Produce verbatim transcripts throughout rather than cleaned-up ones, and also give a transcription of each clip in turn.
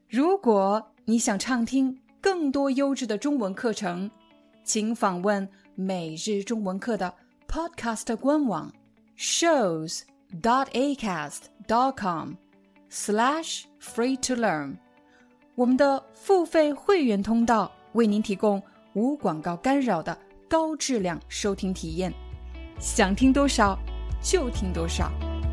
如果你想畅听更多优质的中文课程，请访问每日中文课的 Podcast 官网 shows dot acast dot com slash free to learn。 我们的付费会员通道为您提供无广告干扰的高质量收听体验，想听多少就听多少。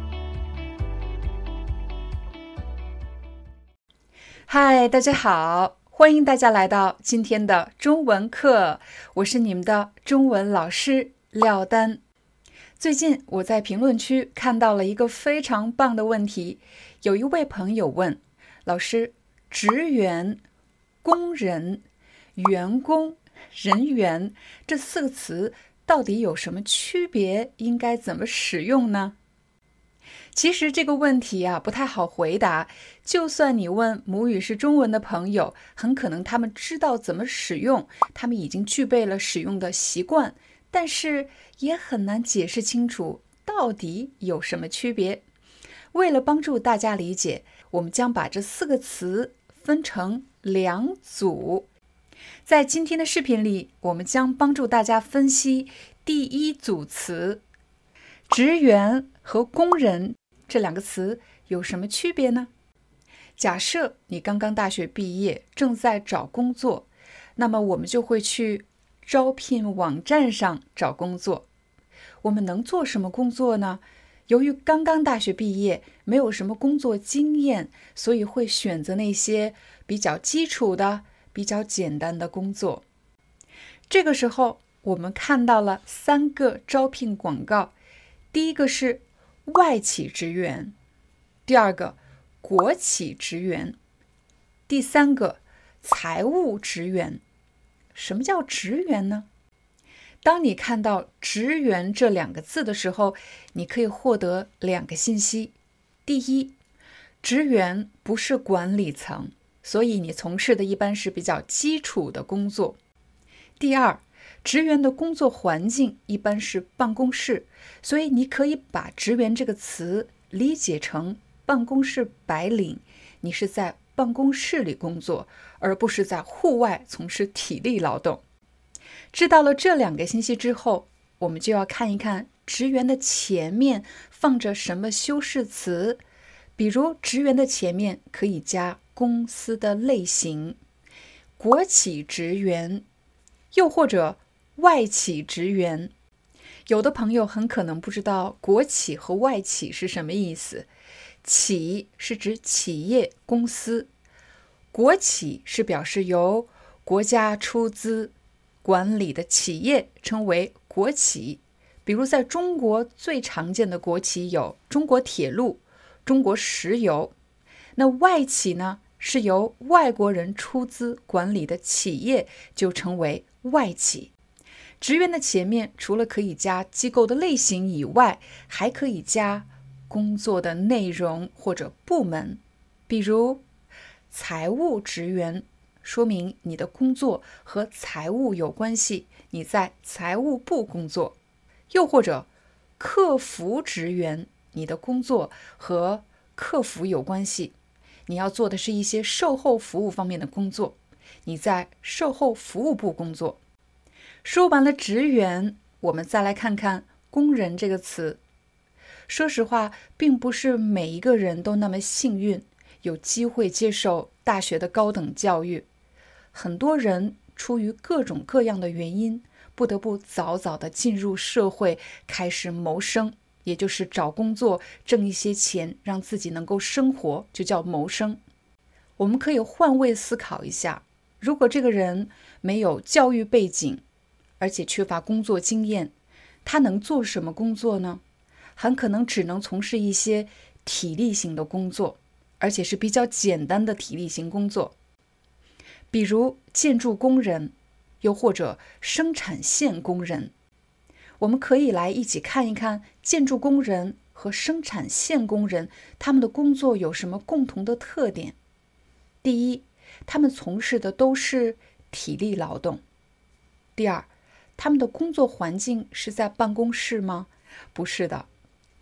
嗨，大家好，欢迎大家来到今天的中文课，我是你们的中文老师廖丹。最近我在评论区看到了一个非常棒的问题，有一位朋友问老师，职员、工人、员工、人员这四个词到底有什么区别，应该怎么使用呢？其实这个问题啊不太好回答，就算你问母语是中文的朋友，很可能他们知道怎么使用，他们已经具备了使用的习惯，但是也很难解释清楚到底有什么区别。为了帮助大家理解，我们将把这四个词分成两组。在今天的视频里，我们将帮助大家分析第一组词，职员和工人这两个词有什么区别呢？假设你刚刚大学毕业，正在找工作，那么我们就会去招聘网站上找工作。我们能做什么工作呢？由于刚刚大学毕业，没有什么工作经验，所以会选择那些比较基础的、比较简单的工作。这个时候，我们看到了三个招聘广告。第一个是外企职员，第二个国企职员，第三个财务职员。什么叫职员呢？当你看到职员这两个字的时候，你可以获得两个信息。第一，职员不是管理层，所以你从事的一般是比较基础的工作。第二，职员的工作环境一般是办公室，所以你可以把职员这个词理解成办公室白领，你是在办公室里工作，而不是在户外从事体力劳动。知道了这两个信息之后，我们就要看一看职员的前面放着什么修饰词。比如职员的前面可以加公司的类型，国企职员，又或者外企职员。有的朋友很可能不知道国企和外企是什么意思。企是指企业公司，国企是表示由国家出资管理的企业，称为国企。比如在中国最常见的国企有中国铁路、中国石油。那外企呢，是由外国人出资管理的企业，就称为外企。职员的前面除了可以加机构的类型以外，还可以加工作的内容或者部门。比如财务职员，说明你的工作和财务有关系，你在财务部工作。又或者客服职员，你的工作和客服有关系，你要做的是一些售后服务方面的工作，你在售后服务部工作。说完了职员，我们再来看看工人这个词。说实话，并不是每一个人都那么幸运，有机会接受大学的高等教育。很多人出于各种各样的原因，不得不早早的进入社会，开始谋生，也就是找工作，挣一些钱，让自己能够生活，就叫谋生。我们可以换位思考一下，如果这个人没有教育背景，而且缺乏工作经验，他能做什么工作呢？很可能只能从事一些体力型的工作，而且是比较简单的体力型工作，比如建筑工人，又或者生产线工人。我们可以来一起看一看建筑工人和生产线工人，他们的工作有什么共同的特点。第一，他们从事的都是体力劳动。第二，他们的工作环境是在办公室吗？不是的，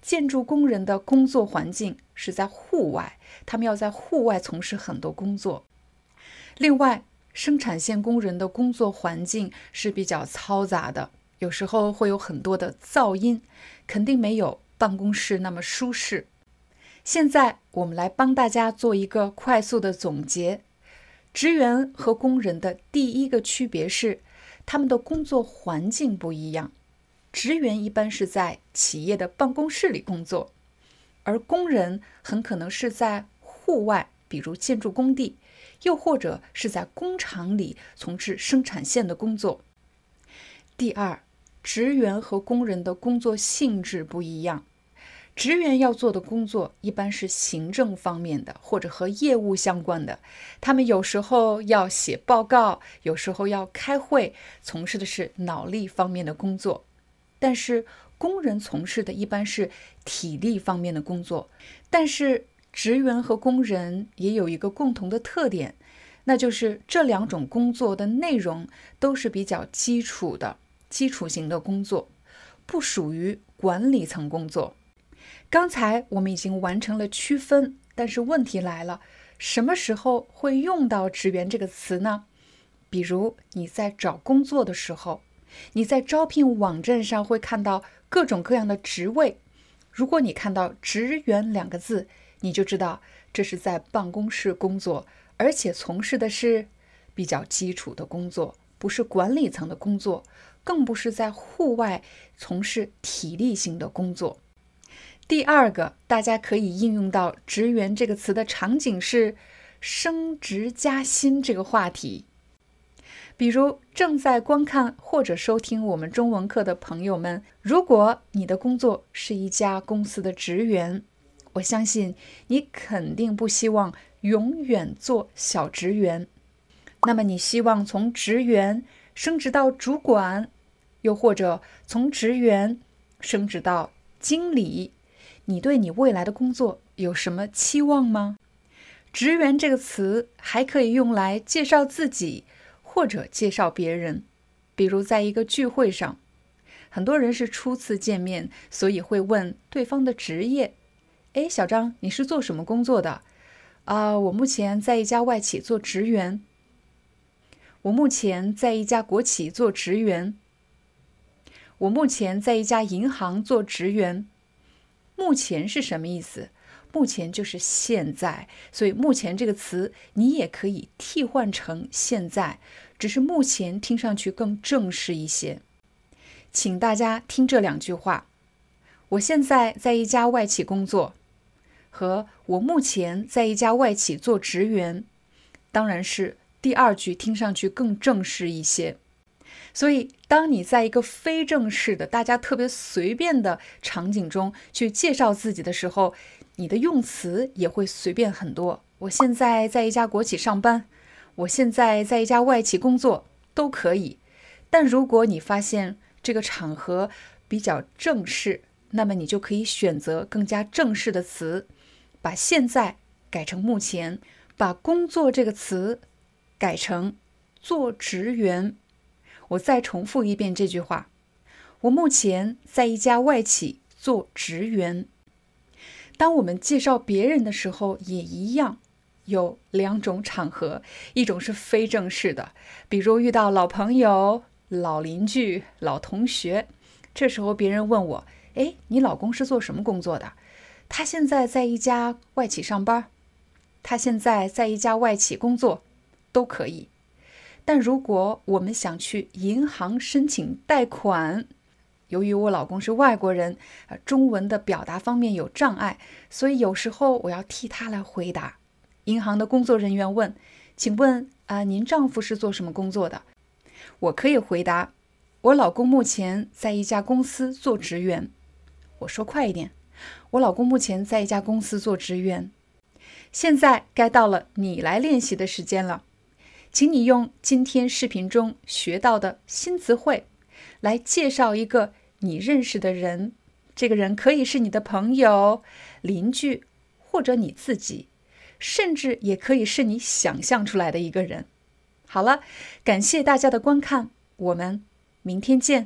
建筑工人的工作环境是在户外，他们要在户外从事很多工作。另外，生产线工人的工作环境是比较嘈杂的，有时候会有很多的噪音，肯定没有办公室那么舒适。现在我们来帮大家做一个快速的总结。职员和工人的第一个区别是，他们的工作环境不一样。职员一般是在企业的办公室里工作，而工人很可能是在户外，比如建筑工地，又或者是在工厂里从事生产线的工作。第二，职员和工人的工作性质不一样。职员要做的工作一般是行政方面的，或者和业务相关的。他们有时候要写报告，有时候要开会，从事的是脑力方面的工作。但是工人从事的一般是体力方面的工作。但是职员和工人也有一个共同的特点，那就是这两种工作的内容都是比较基础的，基础型的工作，不属于管理层工作。刚才我们已经完成了区分，但是问题来了，什么时候会用到职员这个词呢？比如你在找工作的时候，你在招聘网站上会看到各种各样的职位，如果你看到职员两个字，你就知道这是在办公室工作，而且从事的是比较基础的工作，不是管理层的工作，更不是在户外从事体力性的工作。第二个大家可以应用到职员这个词的场景是升职加薪这个话题。比如正在观看或者收听我们中文课的朋友们，如果你的工作是一家公司的职员，我相信你肯定不希望永远做小职员。那么你希望从职员升职到主管，又或者从职员升职到经理，你对你未来的工作有什么期望吗？职员这个词还可以用来介绍自己或者介绍别人。比如在一个聚会上，很多人是初次见面，所以会问对方的职业。诶，小张，你是做什么工作的？啊、呃，我目前在一家外企做职员。我目前在一家国企做职员。我目前在一家银行做职员。目前是什么意思？目前就是现在，所以目前这个词你也可以替换成现在，只是目前听上去更正式一些。请大家听这两句话：我现在在一家外企工作，和我目前在一家外企做职员，当然是第二句听上去更正式一些。所以当你在一个非正式的大家特别随便的场景中去介绍自己的时候，你的用词也会随便很多。我现在在一家国企上班，我现在在一家外企工作，都可以。但如果你发现这个场合比较正式，那么你就可以选择更加正式的词，把现在改成目前，把工作这个词改成做职员。我再重复一遍这句话：我目前在一家外企做职员。当我们介绍别人的时候也一样，有两种场合，一种是非正式的，比如遇到老朋友、老邻居、老同学，这时候别人问我：诶，你老公是做什么工作的？他现在在一家外企上班，他现在在一家外企工作，都可以。但如果我们想去银行申请贷款，由于我老公是外国人，中文的表达方面有障碍，所以有时候我要替他来回答。银行的工作人员问：请问啊、呃，您丈夫是做什么工作的？我可以回答：我老公目前在一家公司做职员。我说快一点，我老公目前在一家公司做职员。现在该到了你来练习的时间了。请你用今天视频中学到的新词汇来介绍一个你认识的人，这个人可以是你的朋友、邻居，或者你自己，甚至也可以是你想象出来的一个人。好了，感谢大家的观看，我们明天见。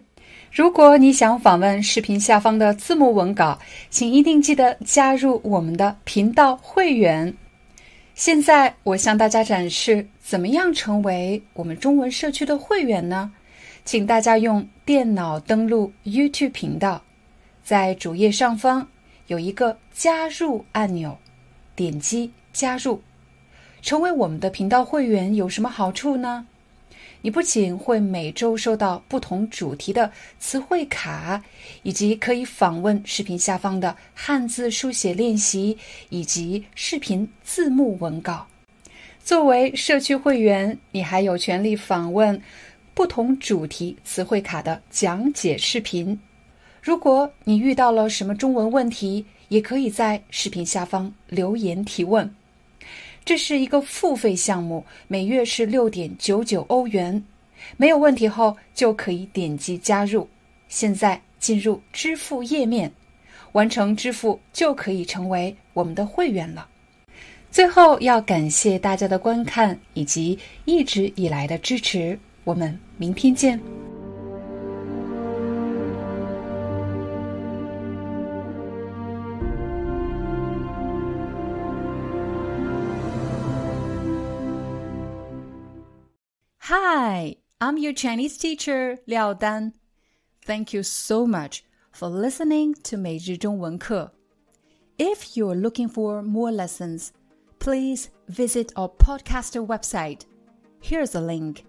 如果你想访问视频下方的字幕文稿，请一定记得加入我们的频道会员。现在我向大家展示怎么样成为我们中文社区的会员呢？请大家用电脑登录 YouTube 频道，在主页上方有一个加入按钮，点击加入。成为我们的频道会员有什么好处呢？你不仅会每周收到不同主题的词汇卡，以及可以访问视频下方的汉字书写练习以及视频字幕文稿。作为社区会员，你还有权利访问不同主题词汇卡的讲解视频。如果你遇到了什么中文问题，也可以在视频下方留言提问。这是一个付费项目，每月是 六点九九欧元。没有问题后就可以点击加入。现在进入支付页面，完成支付就可以成为我们的会员了。最后要感谢大家的观看以及一直以来的支持，我们明天见。Hi, I'm your Chinese teacher, Liao Dan. Thank you so much for listening to 每日中文课. If you're looking for more lessons, please visit our podcaster website. Here's a link: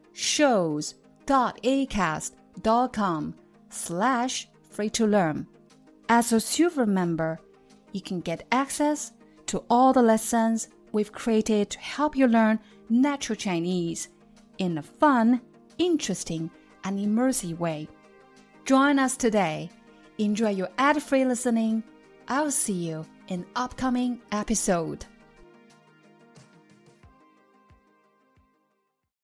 shows.acast.com slash free to learn. As a silver member, you can get access to all the lessons we've created to help you learn natural Chinese in a fun, interesting, and immersive way. Join us today. Enjoy your ad-free listening. I'll see you in upcoming episode.